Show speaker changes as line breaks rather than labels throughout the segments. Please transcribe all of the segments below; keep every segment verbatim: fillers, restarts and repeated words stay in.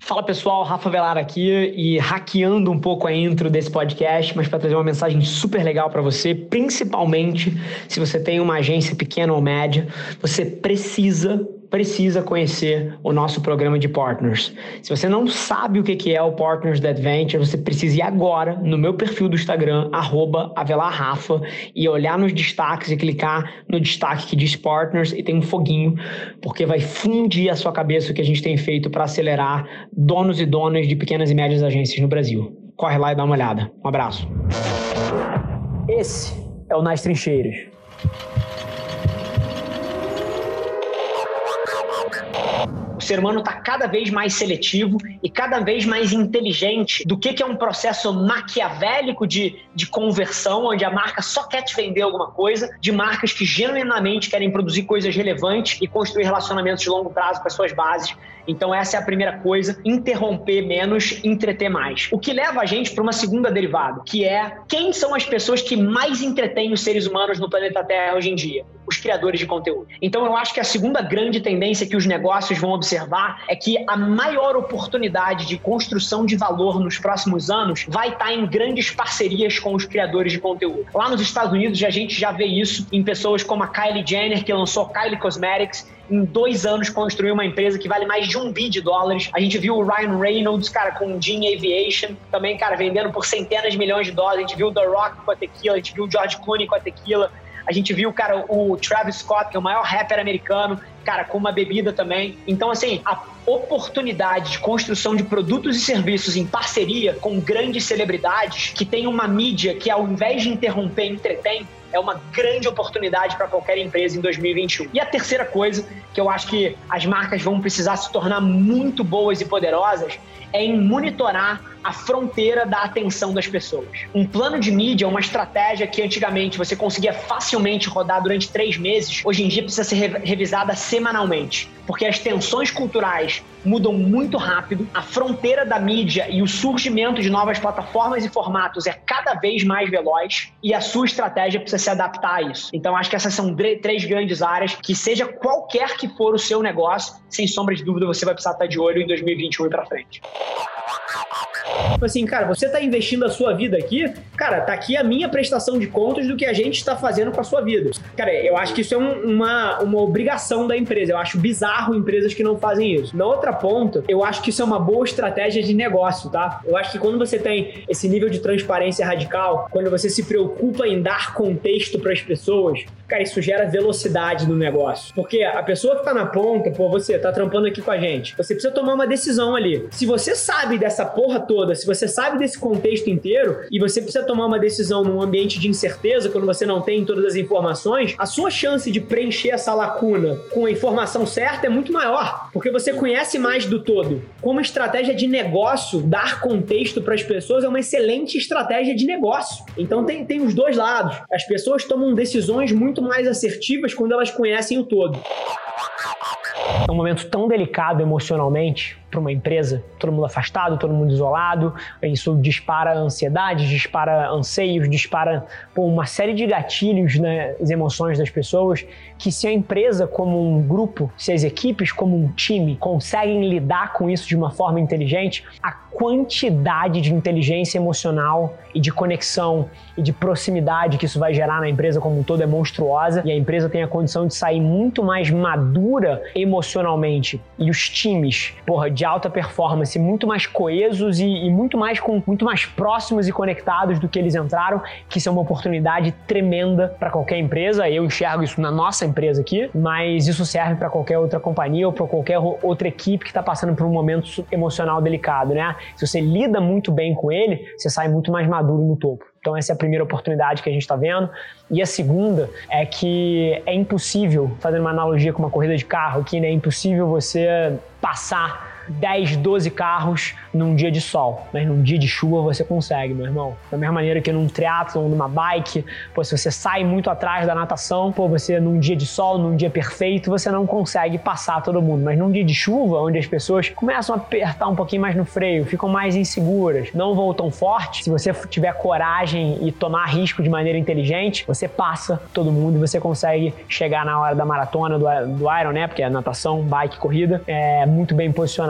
Fala pessoal, Rafa Velar aqui e hackeando um pouco a intro desse podcast, mas para trazer uma mensagem super legal para você, principalmente se você tem uma agência pequena ou média, você precisa, precisa conhecer o nosso programa de Partners. Se você não sabe o que é o Partners da Adventure, você precisa ir agora no meu perfil do Instagram, arroba avelarrafa, e olhar nos destaques e clicar no destaque que diz Partners e tem um foguinho, porque vai fundir a sua cabeça o que a gente tem feito para acelerar donos e donas de pequenas e médias agências no Brasil. Corre lá e dá uma olhada. Um abraço. Esse é o Nas Trincheiras. O ser humano está cada vez mais seletivo e cada vez mais inteligente do que, que é um processo maquiavélico de, de conversão, onde a marca só quer te vender alguma coisa, de marcas que genuinamente querem produzir coisas relevantes e construir relacionamentos de longo prazo com as suas bases. Então essa é a primeira coisa, interromper menos, entreter mais. O que leva a gente para uma segunda derivada, que é quem são as pessoas que mais entretêm os seres humanos no planeta Terra hoje em dia? Os criadores de conteúdo. Então eu acho que a segunda grande tendência que os negócios vão observar é que a maior oportunidade de construção de valor nos próximos anos vai estar em grandes parcerias com os criadores de conteúdo. Lá nos Estados Unidos a gente já vê isso em pessoas como a Kylie Jenner, que lançou Kylie Cosmetics, em dois anos construiu uma empresa que vale mais de um bi de dólares. A gente viu o Ryan Reynolds, cara, com o Jean Aviation, também, cara, vendendo por centenas de milhões de dólares. A gente viu o The Rock com a tequila, a gente viu o George Clooney com a tequila. A gente viu, cara, o Travis Scott, que é o maior rapper americano, cara, com uma bebida também. Então, assim, a oportunidade de construção de produtos e serviços em parceria com grandes celebridades que tem uma mídia que, ao invés de interromper, entretém, é uma grande oportunidade para qualquer empresa em dois mil e vinte e um. E a terceira coisa, que eu acho que as marcas vão precisar se tornar muito boas e poderosas, é em monitorar a fronteira da atenção das pessoas. Um plano de mídia é uma estratégia que antigamente você conseguia facilmente rodar durante três meses, hoje em dia precisa ser re- revisada semanalmente, porque as tensões culturais mudam muito rápido, a fronteira da mídia e o surgimento de novas plataformas e formatos é cada vez mais veloz e a sua estratégia precisa se adaptar a isso. Então acho que essas são dre- três grandes áreas que, seja qualquer que for o seu negócio, sem sombra de dúvida você vai precisar estar de olho em dois mil e vinte e um e para frente.
Tipo assim, cara, você tá investindo a sua vida aqui, cara, tá aqui a minha prestação de contas do que a gente está fazendo com a sua vida. Cara, eu acho que isso é um, uma, uma obrigação da empresa. Eu acho bizarro empresas que não fazem isso. Na outra ponta, eu acho que isso é uma boa estratégia de negócio, tá? Eu acho que quando você tem esse nível de transparência radical, quando você se preocupa em dar contexto para as pessoas, cara, isso gera velocidade no negócio. Porque a pessoa que tá na ponta, pô, você tá trampando aqui com a gente, você precisa tomar uma decisão ali. Se você sabe dessa porra toda, se você sabe desse contexto inteiro e você precisa tomar uma decisão num ambiente de incerteza, quando você não tem todas as informações, a sua chance de preencher essa lacuna com a informação certa é muito maior, porque você conhece mais do todo. Como estratégia de negócio, dar contexto para as pessoas é uma excelente estratégia de negócio. Então tem, tem os dois lados. As pessoas tomam decisões muito mais assertivas quando elas conhecem o todo.
É um momento tão delicado emocionalmente para uma empresa, todo mundo afastado, todo mundo isolado, isso dispara ansiedade, dispara anseios, dispara pô, uma série de gatilhos nas né, emoções das pessoas, que se a empresa como um grupo, se as equipes como um time conseguem lidar com isso de uma forma inteligente, a quantidade de inteligência emocional e de conexão e de proximidade que isso vai gerar na empresa como um todo é monstruosa, e a empresa tem a condição de sair muito mais madura emocionalmente, e os times, porra, de alta performance, muito mais coesos e, e muito mais com muito mais próximos e conectados do que eles entraram, que isso é uma oportunidade tremenda para qualquer empresa. Eu enxergo isso na nossa empresa aqui, mas isso serve para qualquer outra companhia ou para qualquer outra equipe que está passando por um momento emocional delicado, né? Se você lida muito bem com ele, você sai muito mais maduro no topo. Então essa é a primeira oportunidade que a gente está vendo. E a segunda é que é impossível, fazendo uma analogia com uma corrida de carro aqui, né? É impossível você passar dez, doze carros num dia de sol, mas num dia de chuva você consegue, meu irmão. Da mesma maneira que num triatlon, numa bike, pô, se você sai muito atrás da natação, pô, você num dia de sol, num dia perfeito, você não consegue passar todo mundo. Mas num dia de chuva, onde as pessoas começam a apertar um pouquinho mais no freio, ficam mais inseguras, não vão tão forte, se você tiver coragem e tomar risco de maneira inteligente, você passa todo mundo e você consegue chegar na hora da maratona, do, do Iron, né? Porque é natação, bike, corrida, é muito bem posicionado.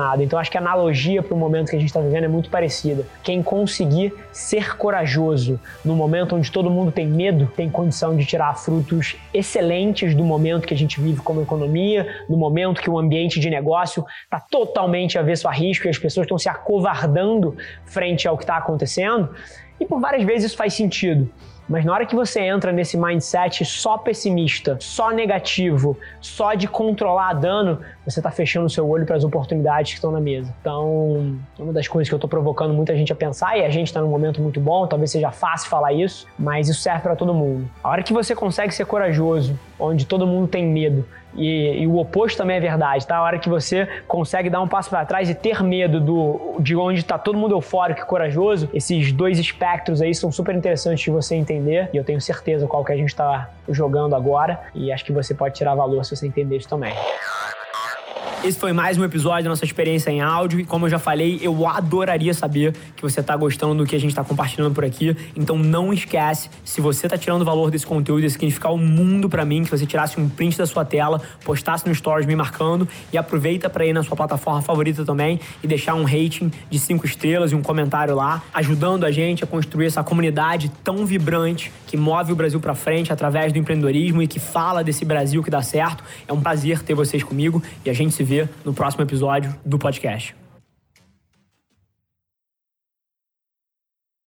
jornada. Então acho que a analogia para o momento que a gente está vivendo é muito parecida. Quem conseguir ser corajoso no momento onde todo mundo tem medo, tem condição de tirar frutos excelentes do momento que a gente vive como economia, no momento que o ambiente de negócio está totalmente avesso a risco e as pessoas estão se acovardando frente ao que está acontecendo. E por várias vezes isso faz sentido. Mas na hora que você entra nesse mindset só pessimista, só negativo, só de controlar dano, você está fechando o seu olho para as oportunidades que estão na mesa. Então, uma das coisas que eu estou provocando muita gente a pensar, e a gente está num momento muito bom, talvez seja fácil falar isso, mas isso serve para todo mundo. A hora que você consegue ser corajoso, onde todo mundo tem medo, E, e o oposto também é verdade, tá? A hora que você consegue dar um passo para trás e ter medo do, de onde está todo mundo eufórico e corajoso, esses dois espectros aí são super interessantes de você entender, e eu tenho certeza qual que a gente está jogando agora, e acho que você pode tirar valor se você entender isso também. Esse foi mais um episódio da nossa experiência em áudio e, como eu já falei, eu adoraria saber que você está gostando do que a gente está compartilhando por aqui. Então não esquece, se você está tirando valor desse conteúdo, ia significar o mundo para mim, que você tirasse um print da sua tela, postasse no Stories me marcando, e aproveita para ir na sua plataforma favorita também e deixar um rating de cinco estrelas e um comentário lá, ajudando a gente a construir essa comunidade tão vibrante que move o Brasil para frente através do empreendedorismo e que fala desse Brasil que dá certo. É um prazer ter vocês comigo e a gente se vê no próximo episódio do podcast.